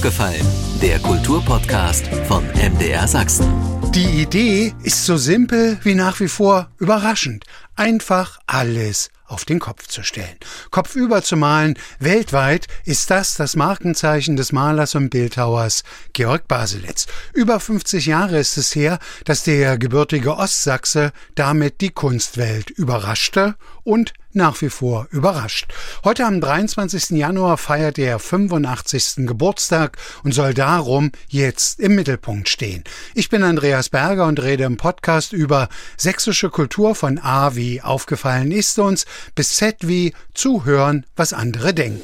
aufgefallen? Der Kulturpodcast von MDR Sachsen. Die Idee ist so simpel wie nach wie vor überraschend. Einfach alles auf den Kopf zu stellen. Kopfüber zu malen, weltweit ist das Markenzeichen des Malers und Bildhauers Georg Baselitz. Über 50 Jahre ist es her, dass der gebürtige Ostsachse damit die Kunstwelt überraschte und nach wie vor überrascht. Heute am 23. Januar feiert er 85. Geburtstag und soll darum jetzt im Mittelpunkt stehen. Ich bin Andreas Berger und rede im Podcast über sächsische Kultur von A wie aufgefallen ist uns bis Z wie zuhören, was andere denken.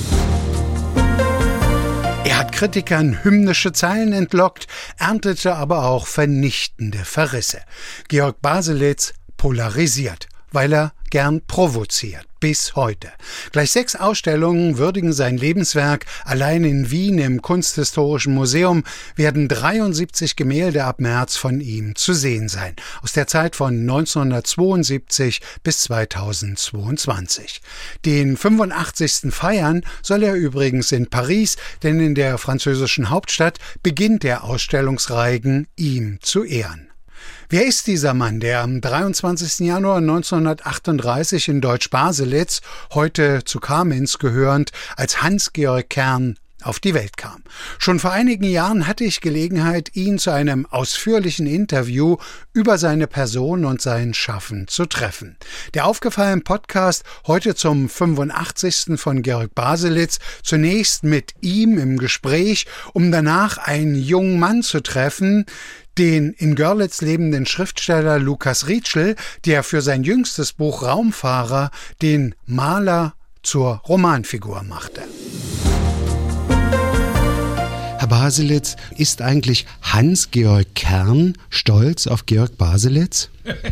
Er hat Kritikern hymnische Zeilen entlockt, erntete aber auch vernichtende Verrisse. Georg Baselitz polarisiert, weil er gern provoziert, bis heute. Gleich 6 Ausstellungen würdigen sein Lebenswerk. Allein in Wien im Kunsthistorischen Museum werden 73 Gemälde ab März von ihm zu sehen sein. Aus der Zeit von 1972 bis 2022. Den 85. feiern soll er übrigens in Paris, denn in der französischen Hauptstadt beginnt der Ausstellungsreigen ihm zu ehren. Wer ist dieser Mann, der am 23. Januar 1938 in Deutsch-Baselitz, heute zu Kamenz gehörend, als Hans-Georg Kern auf die Welt kam? Schon vor einigen Jahren hatte ich Gelegenheit, ihn zu einem ausführlichen Interview über seine Person und sein Schaffen zu treffen. Der aufgefallene Podcast heute zum 85. von Georg Baselitz, zunächst mit ihm im Gespräch, um danach einen jungen Mann zu treffen, den in Görlitz lebenden Schriftsteller Lukas Rietschel, der für sein jüngstes Buch Raumfahrer den Maler zur Romanfigur machte. Herr Baselitz, ist eigentlich Hans-Georg Kern stolz auf Georg Baselitz?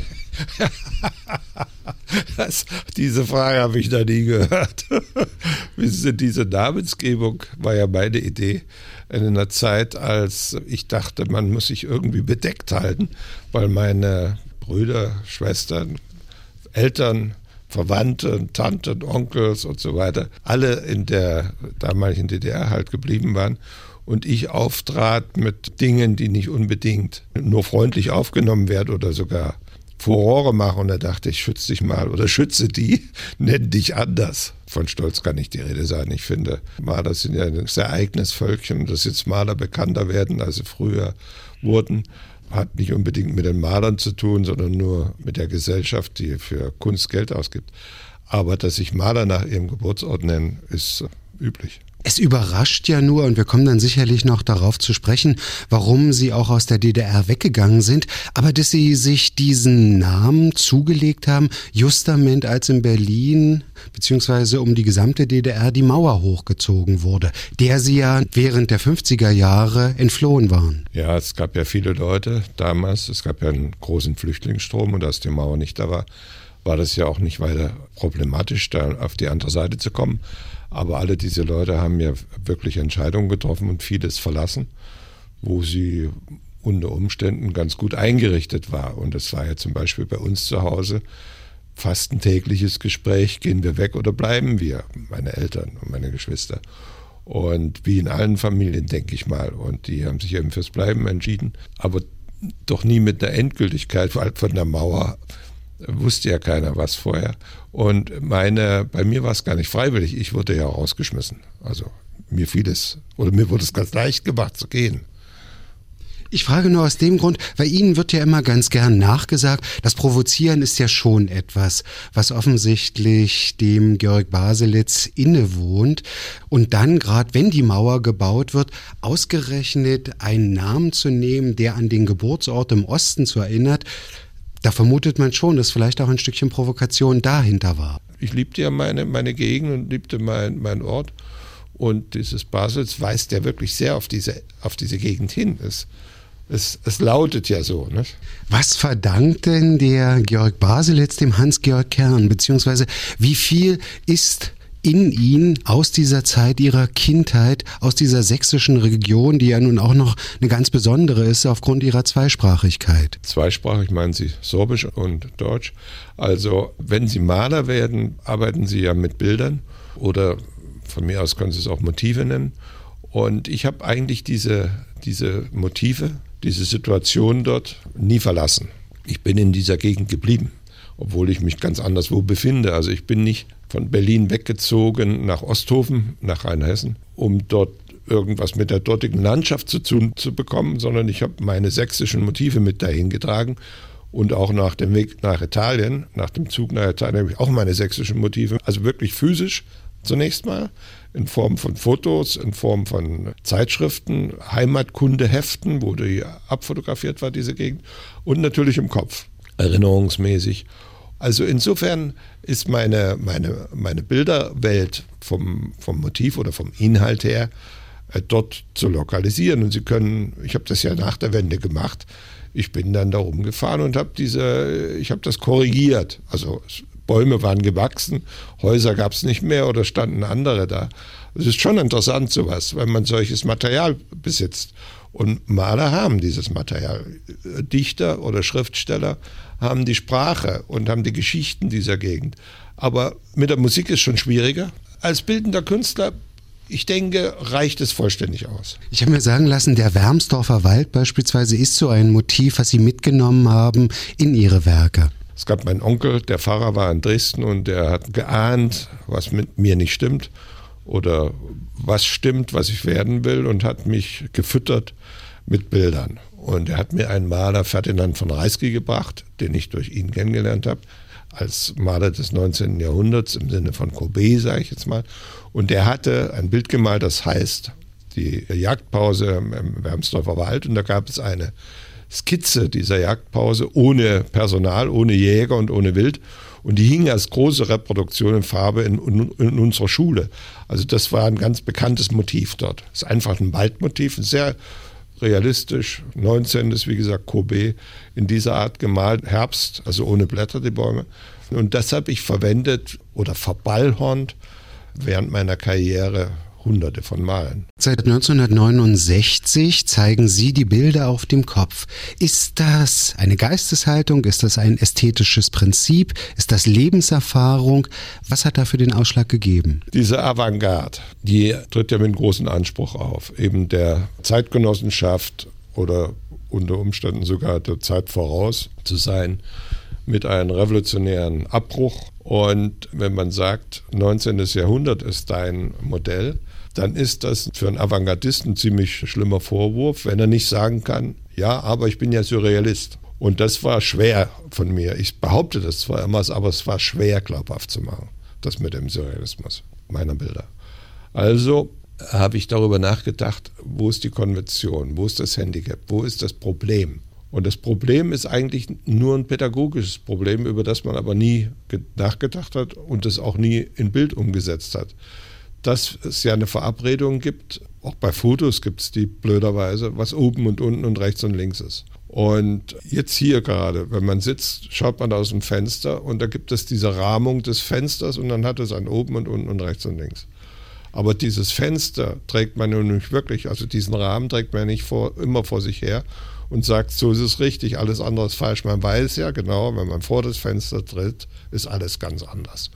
Diese Frage habe ich noch nie gehört. Wissen Sie, diese Namensgebung war ja meine Idee in einer Zeit, als ich dachte, man muss sich irgendwie bedeckt halten, weil meine Brüder, Schwestern, Eltern, Verwandte, Tanten, Onkels und so weiter, alle in der damaligen DDR halt geblieben waren. Und ich auftrat mit Dingen, die nicht unbedingt nur freundlich aufgenommen werden oder sogar Furore machen. Und da dachte ich, schütze dich mal oder schütze die, nenn dich anders. Von Stolz kann nicht die Rede sein. Ich finde, Maler sind ja ein sehr eigenes Völkchen. Und dass jetzt Maler bekannter werden, als sie früher wurden, hat nicht unbedingt mit den Malern zu tun, sondern nur mit der Gesellschaft, die für Kunst Geld ausgibt. Aber dass sich Maler nach ihrem Geburtsort nennen, ist üblich. Es überrascht ja nur, und wir kommen dann sicherlich noch darauf zu sprechen, warum Sie auch aus der DDR weggegangen sind, aber dass Sie sich diesen Namen zugelegt haben, justament als in Berlin beziehungsweise um die gesamte DDR die Mauer hochgezogen wurde, der Sie ja während der 50er Jahre entflohen waren. Ja, es gab ja viele Leute damals, es gab ja einen großen Flüchtlingsstrom und als die Mauer nicht da war das ja auch nicht weiter problematisch, da auf die andere Seite zu kommen. Aber alle diese Leute haben ja wirklich Entscheidungen getroffen und vieles verlassen, wo sie unter Umständen ganz gut eingerichtet war. Und das war ja zum Beispiel bei uns zu Hause fast ein tägliches Gespräch, gehen wir weg oder bleiben wir, meine Eltern und meine Geschwister. Und wie in allen Familien, denke ich mal. Und die haben sich eben fürs Bleiben entschieden, aber doch nie mit einer Endgültigkeit, weil von der Mauer wusste ja keiner was vorher. Und bei mir war es gar nicht freiwillig. Ich wurde ja rausgeschmissen. Also mir wurde es ganz leicht gemacht zu gehen. Ich frage nur aus dem Grund, weil Ihnen wird ja immer ganz gern nachgesagt, das Provozieren ist ja schon etwas, was offensichtlich dem Georg Baselitz innewohnt. Und dann, gerade wenn die Mauer gebaut wird, ausgerechnet einen Namen zu nehmen, der an den Geburtsort im Osten zu erinnert, da vermutet man schon, dass vielleicht auch ein Stückchen Provokation dahinter war. Ich liebte ja meine Gegend und liebte meinen Ort. Und dieses Baselitz weist ja wirklich sehr auf diese Gegend hin. Es lautet ja so. Ne? Was verdankt denn der Georg Baselitz dem Hans-Georg Kern? Beziehungsweise wie viel ist in ihn aus dieser Zeit ihrer Kindheit, aus dieser sächsischen Region, die ja nun auch noch eine ganz besondere ist aufgrund ihrer Zweisprachigkeit? Zweisprachig meinen Sie Sorbisch und Deutsch. Also wenn Sie Maler werden, arbeiten Sie ja mit Bildern oder von mir aus können Sie es auch Motive nennen. Und ich habe eigentlich diese Motive, diese Situation dort nie verlassen. Ich bin in dieser Gegend geblieben, obwohl ich mich ganz anderswo befinde. Also ich bin nicht von Berlin weggezogen nach Osthofen, nach Rheinhessen, um dort irgendwas mit der dortigen Landschaft zu tun zu bekommen, sondern ich habe meine sächsischen Motive mit dahin getragen. Und auch nach dem Weg nach Italien, nach dem Zug nach Italien, habe ich auch meine sächsischen Motive, also wirklich physisch zunächst mal, in Form von Fotos, in Form von Zeitschriften, Heimatkundeheften, wo die abfotografiert war, diese Gegend, und natürlich im Kopf, erinnerungsmäßig. Also insofern ist meine Bilderwelt vom Motiv oder vom Inhalt her dort zu lokalisieren. Und ich habe das ja nach der Wende gemacht, ich bin dann da rumgefahren und habe das korrigiert. Also Bäume waren gewachsen, Häuser gab es nicht mehr oder standen andere da. Es ist schon interessant sowas, wenn man solches Material besitzt. Und Maler haben dieses Material. Dichter oder Schriftsteller haben die Sprache und haben die Geschichten dieser Gegend. Aber mit der Musik ist es schon schwieriger. Als bildender Künstler, ich denke, reicht es vollständig aus. Ich habe mir sagen lassen, der Wermsdorfer Wald beispielsweise ist so ein Motiv, was Sie mitgenommen haben in Ihre Werke. Es gab meinen Onkel, der Pfarrer war in Dresden und der hat geahnt, was mit mir nicht stimmt oder was stimmt, was ich werden will, und hat mich gefüttert mit Bildern. Und er hat mir einen Maler, Ferdinand von Reisky, gebracht, den ich durch ihn kennengelernt habe, als Maler des 19. Jahrhunderts, im Sinne von Courbet, sage ich jetzt mal. Und der hatte ein Bild gemalt, das heißt die Jagdpause im Wermsdorfer Wald. Und da gab es eine Skizze dieser Jagdpause ohne Personal, ohne Jäger und ohne Wild. Und die hing als große Reproduktion in Farbe in unserer Schule. Also das war ein ganz bekanntes Motiv dort. Es ist einfach ein Waldmotiv, sehr realistisch. 19. ist, wie gesagt, Courbet in dieser Art gemalt. Herbst, also ohne Blätter, die Bäume. Und das habe ich verwendet oder verballhornt während meiner Karriere Hunderte von Malen. Seit 1969 zeigen Sie die Bilder auf dem Kopf. Ist das eine Geisteshaltung? Ist das ein ästhetisches Prinzip? Ist das Lebenserfahrung? Was hat dafür den Ausschlag gegeben? Diese Avantgarde, die tritt ja mit einem großen Anspruch auf, eben der Zeitgenossenschaft oder unter Umständen sogar der Zeit voraus zu sein, mit einem revolutionären Abbruch. Und wenn man sagt, 19. Jahrhundert ist dein Modell, dann ist das für einen Avantgardisten ein ziemlich schlimmer Vorwurf, wenn er nicht sagen kann, ja, aber ich bin ja Surrealist. Und das war schwer von mir. Ich behaupte das zwar immer, aber es war schwer glaubhaft zu machen, das mit dem Surrealismus meiner Bilder. Also habe ich darüber nachgedacht, wo ist die Konvention, wo ist das Handicap, wo ist das Problem? Und das Problem ist eigentlich nur ein pädagogisches Problem, über das man aber nie nachgedacht hat und das auch nie in Bild umgesetzt hat. Dass es ja eine Verabredung gibt, auch bei Fotos gibt es die blöderweise, was oben und unten und rechts und links ist. Und jetzt hier gerade, wenn man sitzt, schaut man aus dem Fenster und da gibt es diese Rahmung des Fensters und dann hat es ein oben und unten und rechts und links. Aber dieses Fenster trägt man nun nicht wirklich, also diesen Rahmen trägt man nicht immer vor sich her und sagt, so ist es richtig, alles andere ist falsch. Man weiß ja genau, wenn man vor das Fenster tritt, ist alles ganz anders.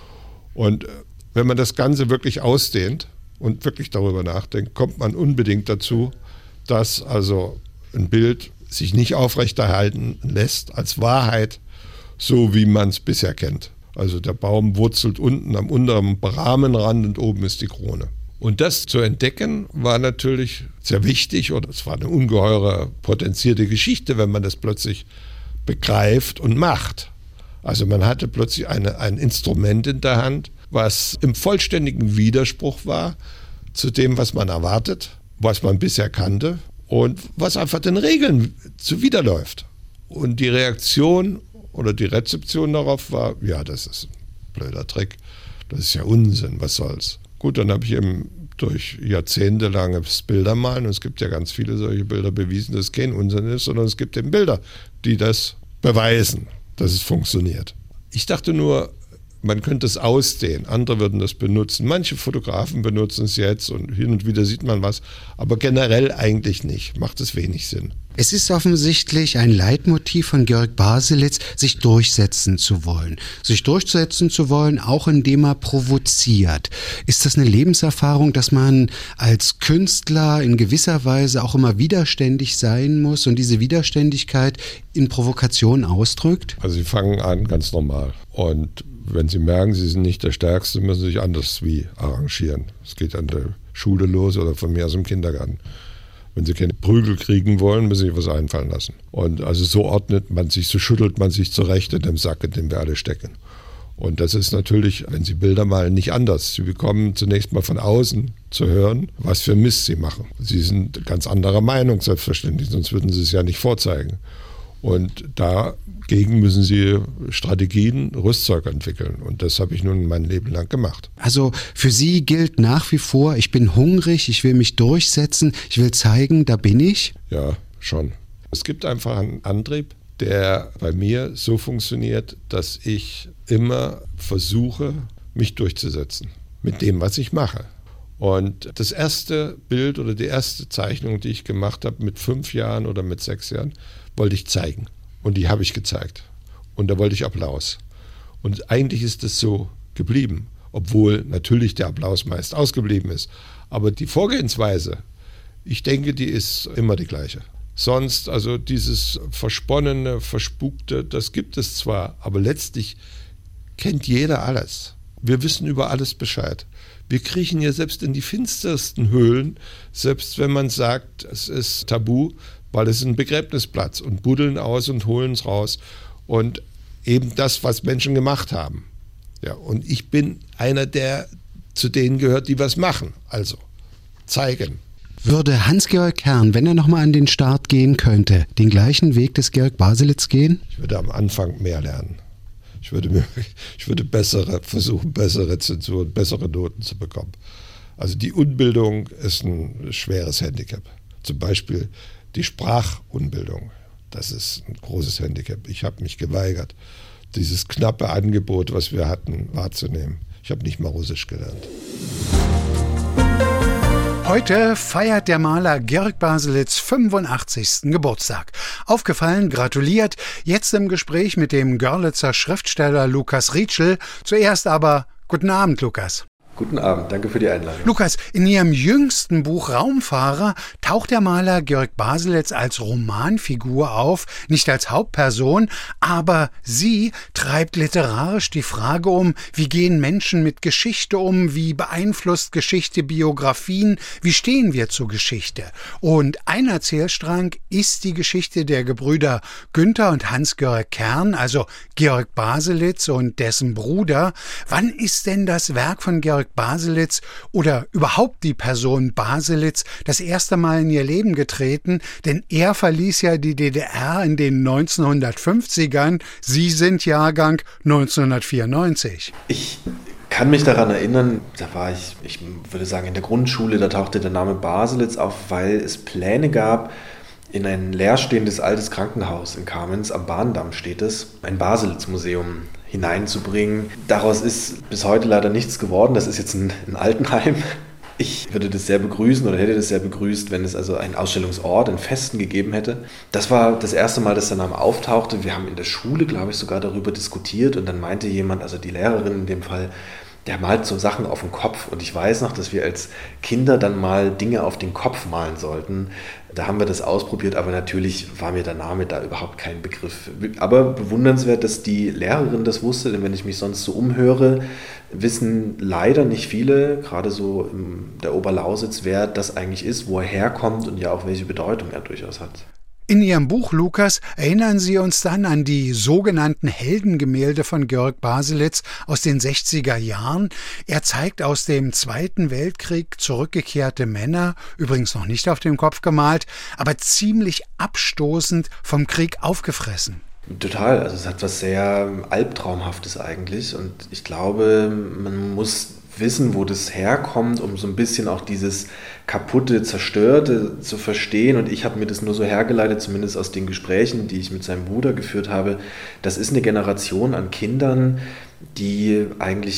Und wenn man das Ganze wirklich ausdehnt und wirklich darüber nachdenkt, kommt man unbedingt dazu, dass also ein Bild sich nicht aufrechterhalten lässt als Wahrheit, so wie man es bisher kennt. Also der Baum wurzelt unten am unteren Rahmenrand und oben ist die Krone. Und das zu entdecken war natürlich sehr wichtig, oder es war eine ungeheure potenzierte Geschichte, wenn man das plötzlich begreift und macht. Also man hatte plötzlich ein Instrument in der Hand, was im vollständigen Widerspruch war zu dem, was man erwartet, was man bisher kannte und was einfach den Regeln zuwiderläuft. Und die Reaktion oder die Rezeption darauf war, ja, das ist ein blöder Trick, das ist ja Unsinn, was soll's. Gut, dann habe ich eben durch jahrzehntelanges Bildermalen, und es gibt ja ganz viele solche Bilder, bewiesen, dass es kein Unsinn ist, sondern es gibt eben Bilder, die das beweisen, dass es funktioniert. Ich dachte nur, man könnte es ausdehnen, andere würden das benutzen. Manche Fotografen benutzen es jetzt und hin und wieder sieht man was, aber generell eigentlich nicht, macht es wenig Sinn. Es ist offensichtlich ein Leitmotiv von Georg Baselitz, sich durchsetzen zu wollen. Sich durchsetzen zu wollen, auch indem er provoziert. Ist das eine Lebenserfahrung, dass man als Künstler in gewisser Weise auch immer widerständig sein muss und diese Widerständigkeit in Provokation ausdrückt? Also Sie fangen an ganz normal. Und wenn Sie merken, Sie sind nicht der Stärkste, müssen Sie sich anders wie arrangieren. Es geht an der Schule los oder von mir aus im Kindergarten. Wenn Sie keine Prügel kriegen wollen, müssen Sie sich was einfallen lassen. Und also so ordnet man sich, so schüttelt man sich zurecht in dem Sack, in dem wir alle stecken. Und das ist natürlich, wenn Sie Bilder malen, nicht anders. Sie bekommen zunächst mal von außen zu hören, was für Mist Sie machen. Sie sind ganz anderer Meinung, selbstverständlich, sonst würden Sie es ja nicht vorzeigen. Und dagegen müssen Sie Strategien, Rüstzeug entwickeln. Und das habe ich nun mein Leben lang gemacht. Also für Sie gilt nach wie vor, ich bin hungrig, ich will mich durchsetzen, ich will zeigen, da bin ich? Ja, schon. Es gibt einfach einen Antrieb, der bei mir so funktioniert, dass ich immer versuche, mich durchzusetzen mit dem, was ich mache. Und das erste Bild oder die erste Zeichnung, die ich gemacht habe mit 5 Jahren oder mit 6 Jahren, wollte ich zeigen. Und die habe ich gezeigt. Und da wollte ich Applaus. Und eigentlich ist es so geblieben, obwohl natürlich der Applaus meist ausgeblieben ist. Aber die Vorgehensweise, ich denke, die ist immer die gleiche. Sonst, also dieses Versponnene, Verspukte, das gibt es zwar, aber letztlich kennt jeder alles. Wir wissen über alles Bescheid. Wir kriechen ja selbst in die finstersten Höhlen, selbst wenn man sagt, es ist tabu, weil es ist ein Begräbnisplatz und buddeln aus und holen es raus und eben das, was Menschen gemacht haben. Ja, und ich bin einer, der zu denen gehört, die was machen, also zeigen. Würde Hans-Georg Kern, wenn er nochmal an den Start gehen könnte, den gleichen Weg des Georg Baselitz gehen? Ich würde am Anfang mehr lernen. Ich würde versuchen, bessere Zensuren, bessere Noten zu bekommen. Also die Unbildung ist ein schweres Handicap. Zum Beispiel die Sprachunbildung, das ist ein großes Handicap. Ich habe mich geweigert, dieses knappe Angebot, was wir hatten, wahrzunehmen. Ich habe nicht mal Russisch gelernt. Heute feiert der Maler Georg Baselitz 85. Geburtstag. Aufgefallen, gratuliert, jetzt im Gespräch mit dem Görlitzer Schriftsteller Lukas Rietschel. Zuerst aber guten Abend, Lukas. Guten Abend, danke für die Einladung. Lukas, in Ihrem jüngsten Buch Raumfahrer taucht der Maler Georg Baselitz als Romanfigur auf, nicht als Hauptperson, aber sie treibt literarisch die Frage um, wie gehen Menschen mit Geschichte um, wie beeinflusst Geschichte Biografien, wie stehen wir zur Geschichte? Und ein Erzählstrang ist die Geschichte der Gebrüder Günther und Hans-Georg Kern, also Georg Baselitz und dessen Bruder. Wann ist denn das Werk von Georg Baselitz oder überhaupt die Person Baselitz das erste Mal in ihr Leben getreten? Denn er verließ ja die DDR in den 1950ern. Sie sind Jahrgang 1994. Ich kann mich daran erinnern, da war ich würde sagen in der Grundschule, da tauchte der Name Baselitz auf, weil es Pläne gab, in ein leerstehendes altes Krankenhaus in Kamenz am Bahndamm steht es, ein Baselitz-Museum hineinzubringen. Daraus ist bis heute leider nichts geworden. Das ist jetzt ein Altenheim. Ich würde das sehr begrüßen oder hätte das sehr begrüßt, wenn es also einen Ausstellungsort, einen festen gegeben hätte. Das war das erste Mal, dass der Name auftauchte. Wir haben in der Schule, glaube ich, sogar darüber diskutiert und dann meinte jemand, also die Lehrerin in dem Fall, der malt so Sachen auf den Kopf. Und ich weiß noch, dass wir als Kinder dann mal Dinge auf den Kopf malen sollten. Da haben wir das ausprobiert, aber natürlich war mir der Name da überhaupt kein Begriff. Aber bewundernswert, dass die Lehrerin das wusste, denn wenn ich mich sonst so umhöre, wissen leider nicht viele, gerade so in der Oberlausitz, wer das eigentlich ist, wo er herkommt und ja auch welche Bedeutung er durchaus hat. In Ihrem Buch, Lukas, erinnern Sie uns dann an die sogenannten Heldengemälde von Georg Baselitz aus den 60er Jahren. Er zeigt aus dem Zweiten Weltkrieg zurückgekehrte Männer, übrigens noch nicht auf dem Kopf gemalt, aber ziemlich abstoßend vom Krieg aufgefressen. Total, also es hat was sehr Albtraumhaftes eigentlich und ich glaube, man muss wissen, wo das herkommt, um so ein bisschen auch dieses kaputte, zerstörte zu verstehen. Und ich habe mir das nur so hergeleitet, zumindest aus den Gesprächen, die ich mit seinem Bruder geführt habe. Das ist eine Generation an Kindern, die eigentlich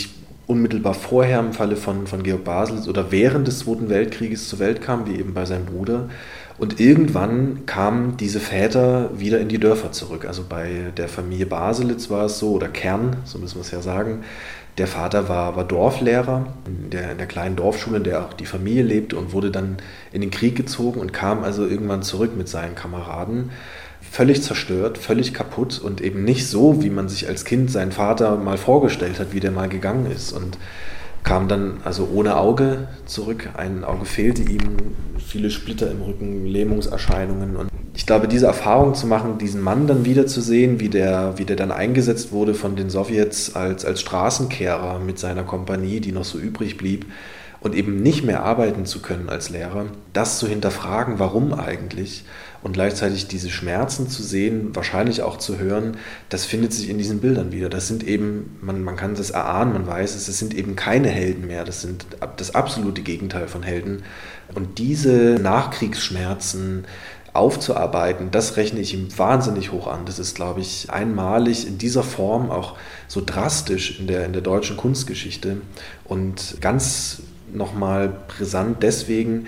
unmittelbar vorher im Falle von Georg Baselitz oder während des Zweiten Weltkrieges zur Welt kam, wie eben bei seinem Bruder. Und irgendwann kamen diese Väter wieder in die Dörfer zurück. Also bei der Familie Baselitz war es so, oder Kern, so müssen wir es ja sagen. Der Vater war Dorflehrer in der kleinen Dorfschule, in der auch die Familie lebte, und wurde dann in den Krieg gezogen und kam also irgendwann zurück mit seinen Kameraden. Völlig zerstört, völlig kaputt und eben nicht so, wie man sich als Kind seinen Vater mal vorgestellt hat, wie der mal gegangen ist. Und kam dann also ohne Auge zurück. Ein Auge fehlte ihm, viele Splitter im Rücken, Lähmungserscheinungen. Und ich glaube, diese Erfahrung zu machen, diesen Mann dann wiederzusehen, wie der dann eingesetzt wurde von den Sowjets als Straßenkehrer mit seiner Kompanie, die noch so übrig blieb, und eben nicht mehr arbeiten zu können als Lehrer, das zu hinterfragen, warum eigentlich, und gleichzeitig diese Schmerzen zu sehen, wahrscheinlich auch zu hören, das findet sich in diesen Bildern wieder. Das sind eben, man kann das erahnen, man weiß es, sind eben keine Helden mehr, das sind das absolute Gegenteil von Helden. Und diese Nachkriegsschmerzen aufzuarbeiten, das rechne ich ihm wahnsinnig hoch an. Das ist, glaube ich, einmalig in dieser Form, auch so drastisch in der deutschen Kunstgeschichte und ganz nochmal brisant deswegen,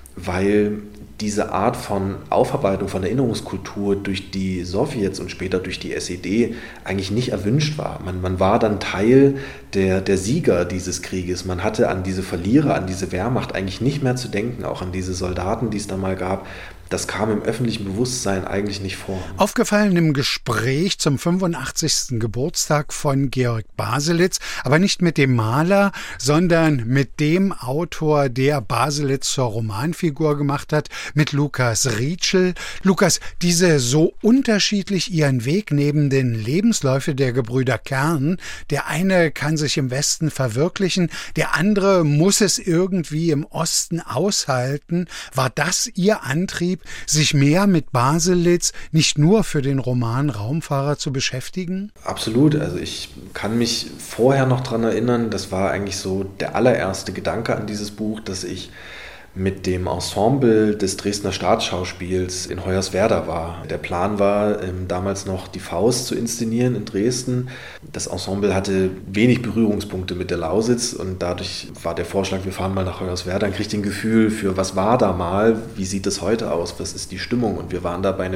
weil diese Art von Aufarbeitung von Erinnerungskultur durch die Sowjets und später durch die SED eigentlich nicht erwünscht war. Man war dann Teil der Sieger dieses Krieges. Man hatte an diese Verlierer, an diese Wehrmacht eigentlich nicht mehr zu denken, auch an diese Soldaten, die es da mal gab. Das kam im öffentlichen Bewusstsein eigentlich nicht vor. Aufgefallen im Gespräch zum 85. Geburtstag von Georg Baselitz, aber nicht mit dem Maler, sondern mit dem Autor, der Baselitz zur Romanfigur gemacht hat, mit Lukas Rietschel. Lukas, diese so unterschiedlich ihren Weg nehmenden Lebensläufe der Gebrüder Kern, der eine kann sich im Westen verwirklichen, der andere muss es irgendwie im Osten aushalten. War das Ihr Antrieb, sich mehr mit Baselitz nicht nur für den Roman Raumfahrer zu beschäftigen? Absolut. Also ich kann mich vorher noch daran erinnern, das war eigentlich so der allererste Gedanke an dieses Buch, dass ich mit dem Ensemble des Dresdner Staatsschauspiels in Hoyerswerda war. Der Plan war, damals noch die Faust zu inszenieren in Dresden. Das Ensemble hatte wenig Berührungspunkte mit der Lausitz und dadurch war der Vorschlag, wir fahren mal nach Hoyerswerda, dann kriegt ihr ein Gefühl für, was war da mal, wie sieht es heute aus, was ist die Stimmung. Und wir waren da bei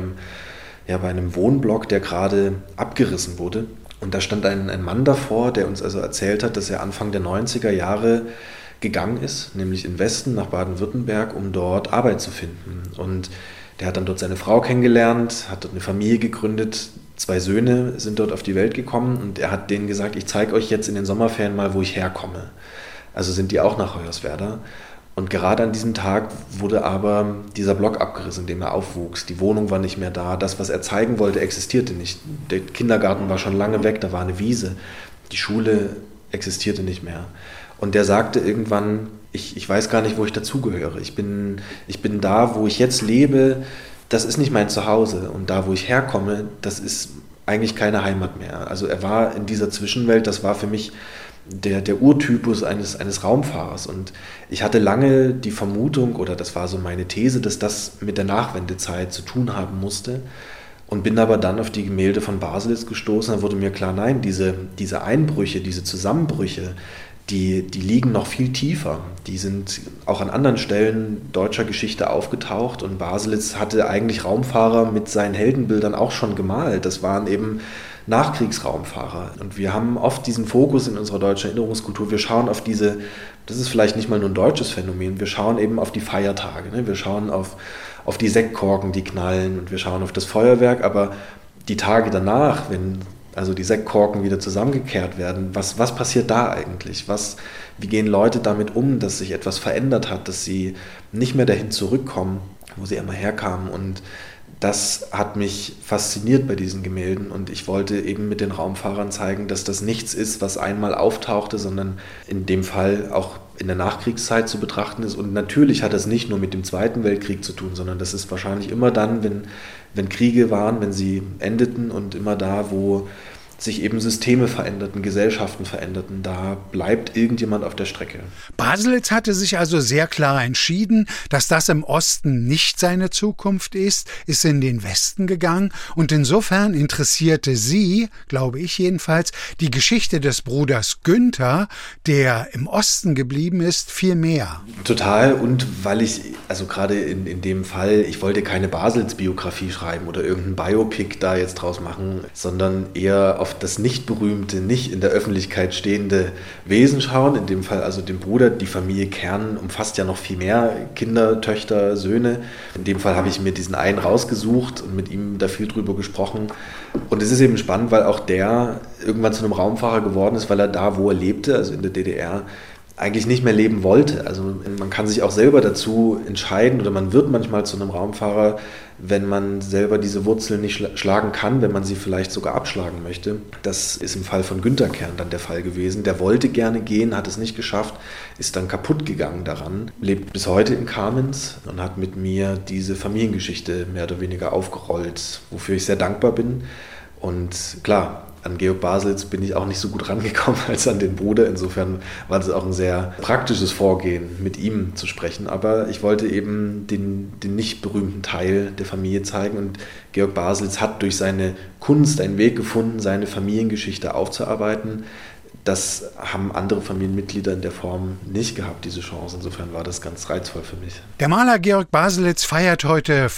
einem Wohnblock, der gerade abgerissen wurde. Und da stand ein Mann davor, der uns also erzählt hat, dass er Anfang der 90er Jahre gegangen ist, nämlich in Westen nach Baden-Württemberg, um dort Arbeit zu finden. Und der hat dann dort seine Frau kennengelernt, hat dort eine Familie gegründet, 2 Söhne sind dort auf die Welt gekommen und er hat denen gesagt, ich zeige euch jetzt in den Sommerferien mal, wo ich herkomme. Also sind die auch nach Hoyerswerda. Und gerade an diesem Tag wurde aber dieser Block abgerissen, in dem er aufwuchs. Die Wohnung war nicht mehr da, das, was er zeigen wollte, existierte nicht. Der Kindergarten war schon lange weg, da war eine Wiese. Die Schule existierte nicht mehr. Und der sagte irgendwann, ich weiß gar nicht, wo ich dazugehöre. Ich bin da, wo ich jetzt lebe, das ist nicht mein Zuhause. Und da, wo ich herkomme, das ist eigentlich keine Heimat mehr. Also er war in dieser Zwischenwelt, das war für mich der Urtypus eines Raumfahrers. Und ich hatte lange die Vermutung, oder das war so meine These, dass das mit der Nachwendezeit zu tun haben musste. Und bin aber dann auf die Gemälde von Baselitz gestoßen. Da wurde mir klar, nein, diese Einbrüche, diese Zusammenbrüche, die liegen noch viel tiefer. Die sind auch an anderen Stellen deutscher Geschichte aufgetaucht und Baselitz hatte eigentlich Raumfahrer mit seinen Heldenbildern auch schon gemalt. Das waren eben Nachkriegsraumfahrer. Und wir haben oft diesen Fokus in unserer deutschen Erinnerungskultur. Wir schauen auf das ist vielleicht nicht mal nur ein deutsches Phänomen, wir schauen eben auf die Feiertage. Ne? Wir schauen auf die Sektkorken, die knallen und wir schauen auf das Feuerwerk, aber die Tage danach, wenn also die Sektkorken wieder zusammengekehrt werden, was passiert da eigentlich? Wie gehen Leute damit um, dass sich etwas verändert hat, dass sie nicht mehr dahin zurückkommen, wo sie immer herkamen? Und das hat mich fasziniert bei diesen Gemälden und ich wollte eben mit den Raumfahrern zeigen, dass das nichts ist, was einmal auftauchte, sondern in dem Fall auch in der Nachkriegszeit zu betrachten ist. Und natürlich hat das nicht nur mit dem Zweiten Weltkrieg zu tun, sondern das ist wahrscheinlich immer dann, wenn Kriege waren, wenn sie endeten und immer da, wo sich eben Systeme veränderten, Gesellschaften veränderten. Da bleibt irgendjemand auf der Strecke. Baselitz hatte sich also sehr klar entschieden, dass das im Osten nicht seine Zukunft ist in den Westen gegangen und insofern interessierte sie, glaube ich jedenfalls, die Geschichte des Bruders Günther, der im Osten geblieben ist, viel mehr. Total, und weil ich, also gerade in dem Fall, ich wollte keine Baselitz-Biografie schreiben oder irgendein Biopic da jetzt draus machen, sondern eher auf das nicht berühmte, nicht in der Öffentlichkeit stehende Wesen schauen, in dem Fall also den Bruder. Die Familie Kern umfasst ja noch viel mehr Kinder, Töchter, Söhne. In dem Fall habe ich mir diesen einen rausgesucht und mit ihm da viel drüber gesprochen. Und es ist eben spannend, weil auch der irgendwann zu einem Raumfahrer geworden ist, weil er da, wo er lebte, also in der DDR, eigentlich nicht mehr leben wollte. Also man kann sich auch selber dazu entscheiden oder man wird manchmal zu einem Raumfahrer, wenn man selber diese Wurzeln nicht schlagen kann, wenn man sie vielleicht sogar abschlagen möchte. Das ist im Fall von Günther Kern dann der Fall gewesen. Der wollte gerne gehen, hat es nicht geschafft, ist dann kaputt gegangen daran, lebt bis heute in Kamenz und hat mit mir diese Familiengeschichte mehr oder weniger aufgerollt, wofür ich sehr dankbar bin. Und klar, an Georg Baselitz bin ich auch nicht so gut rangekommen als an den Bruder. Insofern war das auch ein sehr praktisches Vorgehen, mit ihm zu sprechen. Aber ich wollte eben den nicht berühmten Teil der Familie zeigen. Und Georg Baselitz hat durch seine Kunst einen Weg gefunden, seine Familiengeschichte aufzuarbeiten. Das haben andere Familienmitglieder in der Form nicht gehabt, diese Chance. Insofern war das ganz reizvoll für mich. Der Maler Georg Baselitz feiert heute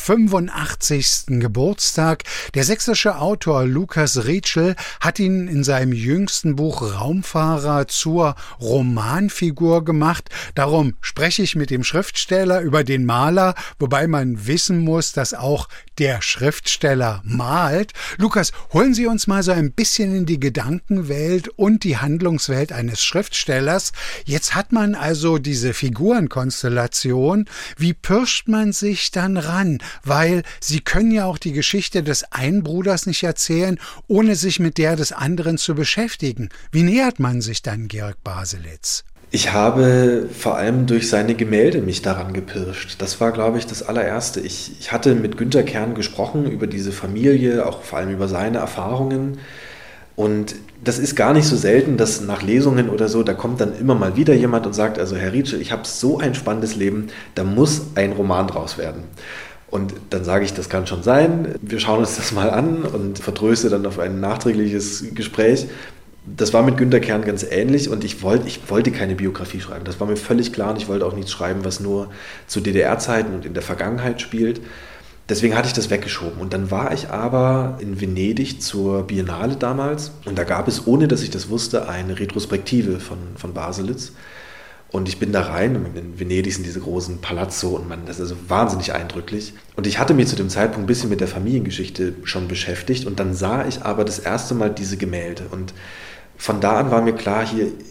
85. Geburtstag. Der sächsische Autor Lukas Rietschel hat ihn in seinem jüngsten Buch Raumfahrer zur Romanfigur gemacht. Darum spreche ich mit dem Schriftsteller über den Maler, wobei man wissen muss, dass auch der Schriftsteller malt. Lukas, holen Sie uns mal so ein bisschen in die Gedankenwelt und die Handlungswelt eines Schriftstellers. Jetzt hat man also diese Figurenkonstellation. Wie pirscht man sich dann ran? Weil Sie können ja auch die Geschichte des einen Bruders nicht erzählen, ohne sich mit der des anderen zu beschäftigen. Wie nähert man sich dann Georg Baselitz? Ich habe vor allem durch seine Gemälde mich daran gepirscht. Das war, glaube ich, das allererste. Ich hatte mit Günther Kern gesprochen über diese Familie, auch vor allem über seine Erfahrungen. Und das ist gar nicht so selten, dass nach Lesungen oder so, da kommt dann immer mal wieder jemand und sagt, also Herr Rietschel, ich habe so ein spannendes Leben, da muss ein Roman draus werden. Und dann sage ich, das kann schon sein, wir schauen uns das mal an und vertröste dann auf ein nachträgliches Gespräch. Das war mit Günther Kern ganz ähnlich und ich wollte keine Biografie schreiben. Das war mir völlig klar und ich wollte auch nichts schreiben, was nur zu DDR-Zeiten und in der Vergangenheit spielt. Deswegen hatte ich das weggeschoben. Und dann war ich aber in Venedig zur Biennale damals und da gab es, ohne dass ich das wusste, eine Retrospektive von Baselitz. Und ich bin da rein, und in Venedig sind diese großen Palazzo und das ist also wahnsinnig eindrücklich. Und ich hatte mich zu dem Zeitpunkt ein bisschen mit der Familiengeschichte schon beschäftigt und dann sah ich aber das erste Mal diese Gemälde. Und von da an war mir klar,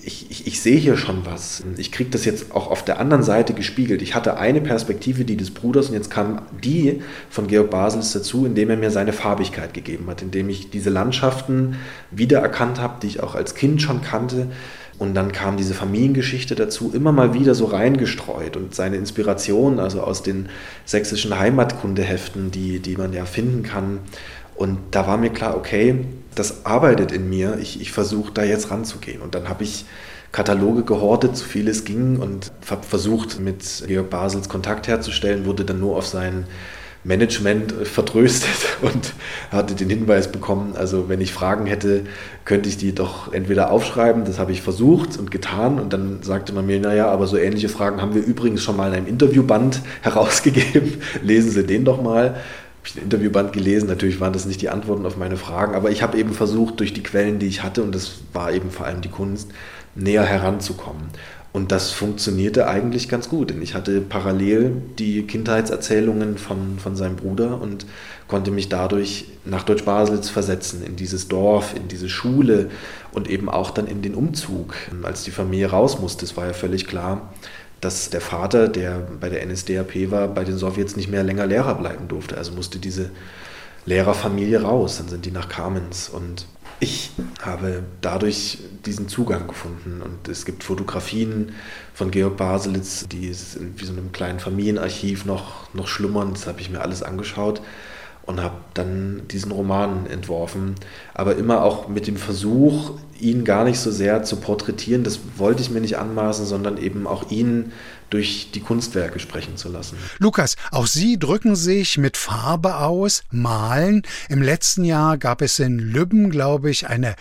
ich sehe hier schon was. Ich kriege das jetzt auch auf der anderen Seite gespiegelt. Ich hatte eine Perspektive, die des Bruders, und jetzt kam die von Georg Baselitz dazu, indem er mir seine Farbigkeit gegeben hat, indem ich diese Landschaften wiedererkannt habe, die ich auch als Kind schon kannte. Und dann kam diese Familiengeschichte dazu, immer mal wieder so reingestreut und seine Inspiration, also aus den sächsischen Heimatkundeheften, die man ja finden kann. Und da war mir klar, okay, das arbeitet in mir, ich versuche da jetzt ranzugehen. Und dann habe ich Kataloge gehortet, so viel es ging und habe versucht, mit Georg Baselitz Kontakt herzustellen, wurde dann nur auf sein Management vertröstet und hatte den Hinweis bekommen, also wenn ich Fragen hätte, könnte ich die doch entweder aufschreiben, das habe ich versucht und getan und dann sagte man mir, naja, aber so ähnliche Fragen haben wir übrigens schon mal in einem Interviewband herausgegeben, lesen Sie den doch mal. Habe ich den Interviewband gelesen, natürlich waren das nicht die Antworten auf meine Fragen, aber ich habe eben versucht, durch die Quellen, die ich hatte, und das war eben vor allem die Kunst, näher heranzukommen. Und das funktionierte eigentlich ganz gut, denn ich hatte parallel die Kindheitserzählungen von seinem Bruder und konnte mich dadurch nach Deutsch-Baselitz versetzen, in dieses Dorf, in diese Schule und eben auch dann in den Umzug. Als die Familie raus musste, es war ja völlig klar, dass der Vater, der bei der NSDAP war, bei den Sowjets nicht mehr länger Lehrer bleiben durfte. Also musste diese Lehrerfamilie raus, dann sind die nach Kamenz und ich habe dadurch diesen Zugang gefunden und es gibt Fotografien von Georg Baselitz, die in wie so einem kleinen Familienarchiv noch schlummern, das habe ich mir alles angeschaut und habe dann diesen Roman entworfen, aber immer auch mit dem Versuch, ihn gar nicht so sehr zu porträtieren, das wollte ich mir nicht anmaßen, sondern eben auch ihn durch die Kunstwerke sprechen zu lassen. Lukas, auch Sie drücken sich mit Farbe aus, malen. Im letzten Jahr gab es in Lübben, glaube ich, eine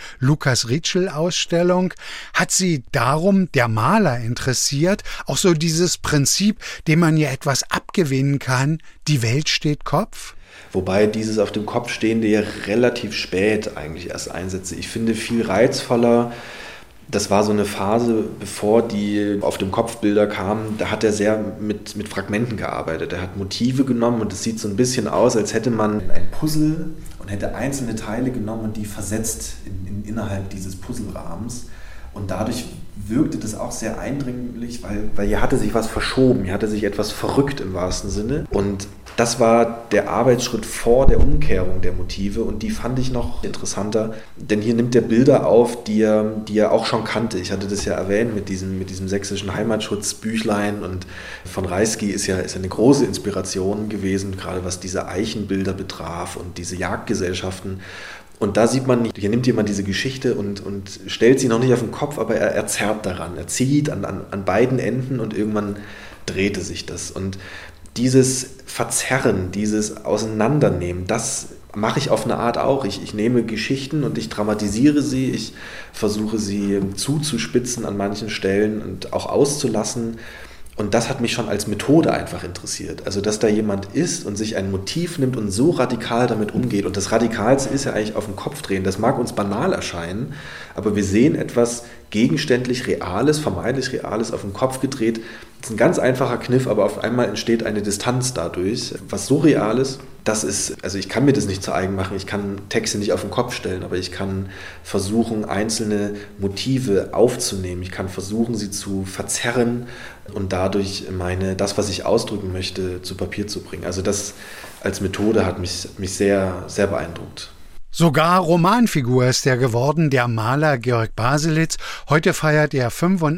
Lukas-Rietschel-Ausstellung. Hat Sie darum der Maler interessiert? Auch so dieses Prinzip, dem man ja etwas abgewinnen kann, die Welt steht Kopf? Wobei dieses auf dem Kopf stehende ja relativ spät eigentlich erst einsetze. Ich finde viel reizvoller, das war so eine Phase, bevor die auf dem Kopf Bilder kamen, da hat er sehr mit Fragmenten gearbeitet. Er hat Motive genommen und es sieht so ein bisschen aus, als hätte man ein Puzzle und hätte einzelne Teile genommen und die versetzt innerhalb dieses Puzzlerahmens. Und dadurch wirkte das auch sehr eindringlich, weil hier hatte sich was verschoben, hier hatte sich etwas verrückt im wahrsten Sinne. Und das war der Arbeitsschritt vor der Umkehrung der Motive und die fand ich noch interessanter, denn hier nimmt er Bilder auf, die er auch schon kannte. Ich hatte das ja erwähnt mit diesem sächsischen Heimatschutzbüchlein und von Reisky ist ja eine große Inspiration gewesen, gerade was diese Eichenbilder betraf und diese Jagdgesellschaften. Und da sieht man, hier nimmt jemand diese Geschichte und stellt sie noch nicht auf den Kopf, aber er zerrt daran. Er zieht an beiden Enden und irgendwann drehte sich das. Und dieses Verzerren, dieses Auseinandernehmen, das mache ich auf eine Art auch. Ich nehme Geschichten und ich dramatisiere sie, ich versuche sie zuzuspitzen an manchen Stellen und auch auszulassen. Und das hat mich schon als Methode einfach interessiert. Also, dass da jemand ist und sich ein Motiv nimmt und so radikal damit umgeht. Und das Radikalste ist ja eigentlich auf den Kopf drehen. Das mag uns banal erscheinen, aber wir sehen etwas gegenständlich Reales, vermeintlich Reales auf den Kopf gedreht. Das ist ein ganz einfacher Kniff, aber auf einmal entsteht eine Distanz dadurch. Was so real ist, das ist, also ich kann mir das nicht zu eigen machen, ich kann Texte nicht auf den Kopf stellen, aber ich kann versuchen, einzelne Motive aufzunehmen. Ich kann versuchen, sie zu verzerren und dadurch das, was ich ausdrücken möchte, zu Papier zu bringen. Also das als Methode hat mich sehr, sehr beeindruckt. Sogar Romanfigur ist er geworden, der Maler Georg Baselitz. Heute feiert er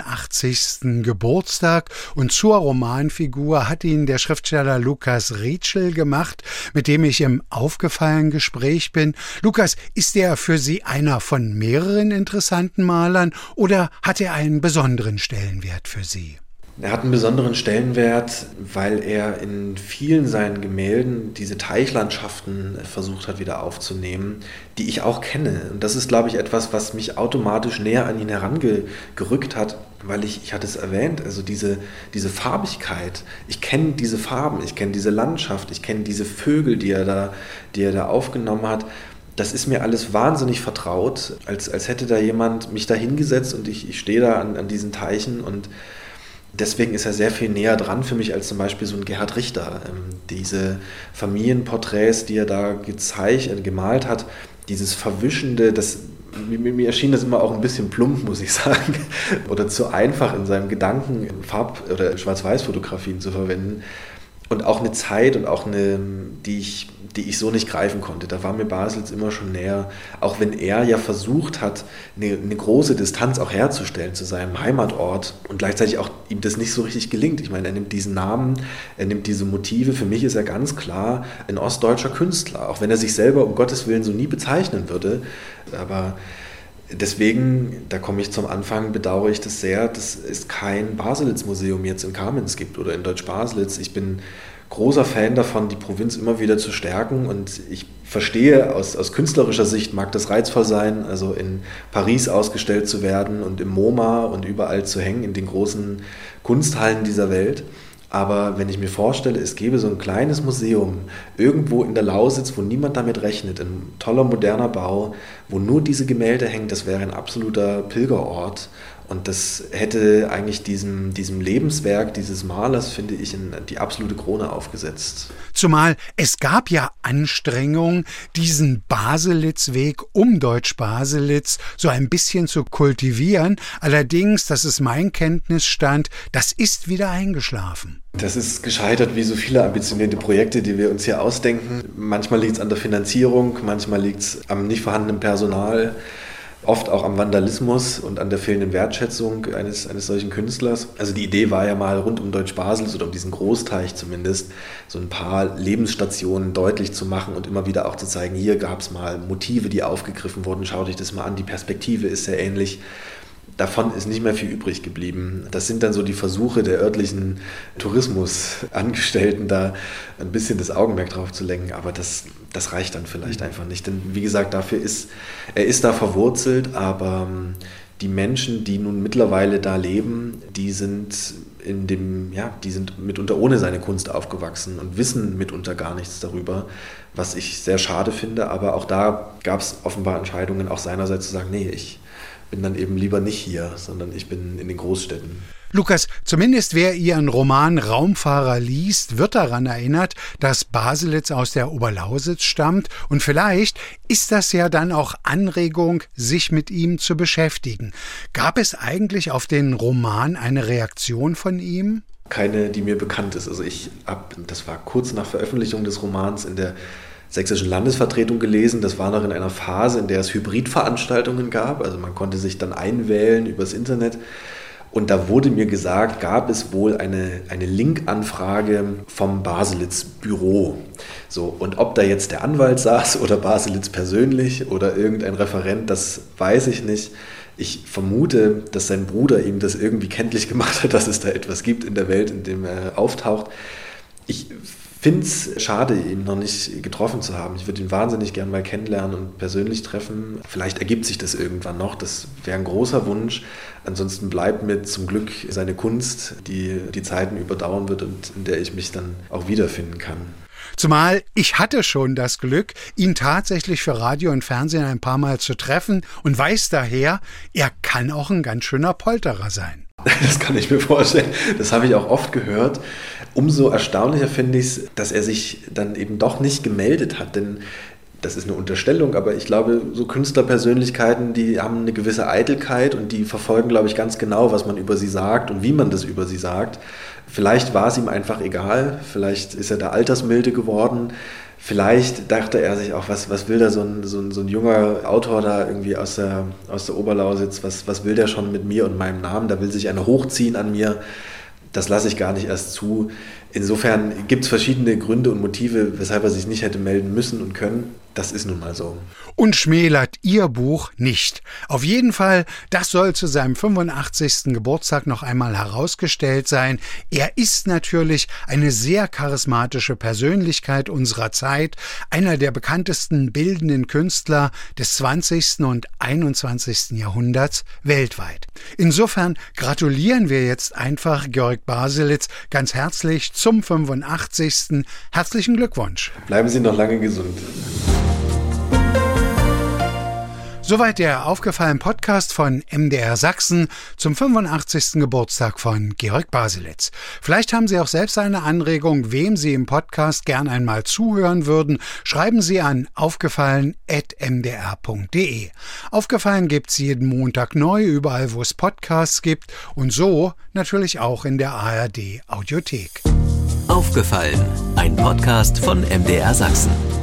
85. Geburtstag und zur Romanfigur hat ihn der Schriftsteller Lukas Rietschel gemacht, mit dem ich im aufgefallenen Gespräch bin. Lukas, ist er für Sie einer von mehreren interessanten Malern oder hat er einen besonderen Stellenwert für Sie? Er hat einen besonderen Stellenwert, weil er in vielen seinen Gemälden diese Teichlandschaften versucht hat wieder aufzunehmen, die ich auch kenne. Und das ist, glaube ich, etwas, was mich automatisch näher an ihn herangerückt hat, weil ich hatte es erwähnt, also diese Farbigkeit. Ich kenne diese Farben, ich kenne diese Landschaft, ich kenne diese Vögel, die er da aufgenommen hat. Das ist mir alles wahnsinnig vertraut, als hätte da jemand mich da hingesetzt und ich stehe da an diesen Teichen und deswegen ist er sehr viel näher dran für mich als zum Beispiel so ein Gerhard Richter. Diese Familienporträts, die er da gemalt hat, dieses Verwischende, mir erschien das immer auch ein bisschen plump, muss ich sagen, oder zu einfach in seinem Gedanken Farb- oder Schwarz-Weiß-Fotografien zu verwenden. Und auch eine Zeit und auch die ich so nicht greifen konnte. Da war mir Baselitz immer schon näher, auch wenn er ja versucht hat, eine große Distanz auch herzustellen zu seinem Heimatort und gleichzeitig auch ihm das nicht so richtig gelingt. Ich meine, er nimmt diesen Namen, er nimmt diese Motive. Für mich ist er ganz klar ein ostdeutscher Künstler, auch wenn er sich selber um Gottes Willen so nie bezeichnen würde. Aber deswegen, da komme ich zum Anfang, bedauere ich das sehr, dass es kein Baselitz-Museum jetzt in Kamenz gibt oder in Deutsch-Baselitz. Ich bin großer Fan davon, die Provinz immer wieder zu stärken und ich verstehe, aus künstlerischer Sicht mag das reizvoll sein, also in Paris ausgestellt zu werden und im MoMA und überall zu hängen, in den großen Kunsthallen dieser Welt. Aber wenn ich mir vorstelle, es gäbe so ein kleines Museum irgendwo in der Lausitz, wo niemand damit rechnet, ein toller moderner Bau, wo nur diese Gemälde hängen, das wäre ein absoluter Pilgerort. Und das hätte eigentlich diesem Lebenswerk dieses Malers, finde ich, die absolute Krone aufgesetzt. Zumal es gab ja Anstrengungen, diesen Baselitz-Weg um Deutsch-Baselitz so ein bisschen zu kultivieren. Allerdings, das ist mein Kenntnisstand, das ist wieder eingeschlafen. Das ist gescheitert wie so viele ambitionierte Projekte, die wir uns hier ausdenken. Manchmal liegt es an der Finanzierung, manchmal liegt es am nicht vorhandenen Personal. oft auch am Vandalismus und an der fehlenden Wertschätzung eines solchen Künstlers. Also die Idee war ja mal rund um Deutsch-Baselitz oder um diesen Großteich zumindest, so ein paar Lebensstationen deutlich zu machen und immer wieder auch zu zeigen, hier gab es mal Motive, die aufgegriffen wurden, schaut euch das mal an, die Perspektive ist sehr ähnlich. Davon ist nicht mehr viel übrig geblieben. Das sind dann so die Versuche der örtlichen Tourismusangestellten, da ein bisschen das Augenmerk drauf zu lenken. Aber das reicht dann vielleicht einfach nicht. Denn wie gesagt, er ist da verwurzelt, aber die Menschen, die nun mittlerweile da leben, die sind mitunter ohne seine Kunst aufgewachsen und wissen mitunter gar nichts darüber, was ich sehr schade finde. Aber auch da gab es offenbar Entscheidungen auch seinerseits zu sagen, nee, ich bin dann eben lieber nicht hier, sondern ich bin in den Großstädten. Lukas, zumindest wer Ihren Roman Raumfahrer liest, wird daran erinnert, dass Baselitz aus der Oberlausitz stammt und vielleicht ist das ja dann auch Anregung, sich mit ihm zu beschäftigen. Gab es eigentlich auf den Roman eine Reaktion von ihm? Keine, die mir bekannt ist. Also das war kurz nach Veröffentlichung des Romans in der Sächsischen Landesvertretung gelesen. Das war noch in einer Phase, in der es Hybridveranstaltungen gab. Also man konnte sich dann einwählen übers Internet. Und da wurde mir gesagt, gab es wohl eine Link-Anfrage vom Baselitz-Büro. So, und ob da jetzt der Anwalt saß oder Baselitz persönlich oder irgendein Referent, das weiß ich nicht. Ich vermute, dass sein Bruder ihm das irgendwie kenntlich gemacht hat, dass es da etwas gibt in der Welt, in dem er auftaucht. Ich finde es schade, ihn noch nicht getroffen zu haben. Ich würde ihn wahnsinnig gern mal kennenlernen und persönlich treffen. Vielleicht ergibt sich das irgendwann noch. Das wäre ein großer Wunsch. Ansonsten bleibt mir zum Glück seine Kunst, die die Zeiten überdauern wird und in der ich mich dann auch wiederfinden kann. Zumal ich hatte schon das Glück, ihn tatsächlich für Radio und Fernsehen ein paar Mal zu treffen und weiß daher, er kann auch ein ganz schöner Polterer sein. Das kann ich mir vorstellen. Das habe ich auch oft gehört. Umso erstaunlicher finde ich es, dass er sich dann eben doch nicht gemeldet hat, denn das ist eine Unterstellung, aber ich glaube, so Künstlerpersönlichkeiten, die haben eine gewisse Eitelkeit und die verfolgen, glaube ich, ganz genau, was man über sie sagt und wie man das über sie sagt. Vielleicht war es ihm einfach egal, vielleicht ist er da altersmilde geworden, vielleicht dachte er sich auch, was will da so ein junger Autor da irgendwie aus der Oberlausitz, was will der schon mit mir und meinem Namen, da will sich einer hochziehen an mir. Das lasse ich gar nicht erst zu. Insofern gibt es verschiedene Gründe und Motive, weshalb er sich nicht hätte melden müssen und können. Das ist nun mal so. Und schmälert Ihr Buch nicht. Auf jeden Fall, das soll zu seinem 85. Geburtstag noch einmal herausgestellt sein. Er ist natürlich eine sehr charismatische Persönlichkeit unserer Zeit, einer der bekanntesten bildenden Künstler des 20. und 21. Jahrhunderts weltweit. Insofern gratulieren wir jetzt einfach Georg Baselitz ganz herzlich zum 85. Herzlichen Glückwunsch. Bleiben Sie noch lange gesund. Soweit der Aufgefallen Podcast von MDR Sachsen zum 85. Geburtstag von Georg Baselitz. Vielleicht haben Sie auch selbst eine Anregung, wem Sie im Podcast gern einmal zuhören würden. Schreiben Sie an aufgefallen@mdr.de. Aufgefallen gibt's jeden Montag neu, überall wo es Podcasts gibt und so natürlich auch in der ARD Audiothek. Aufgefallen, ein Podcast von MDR Sachsen.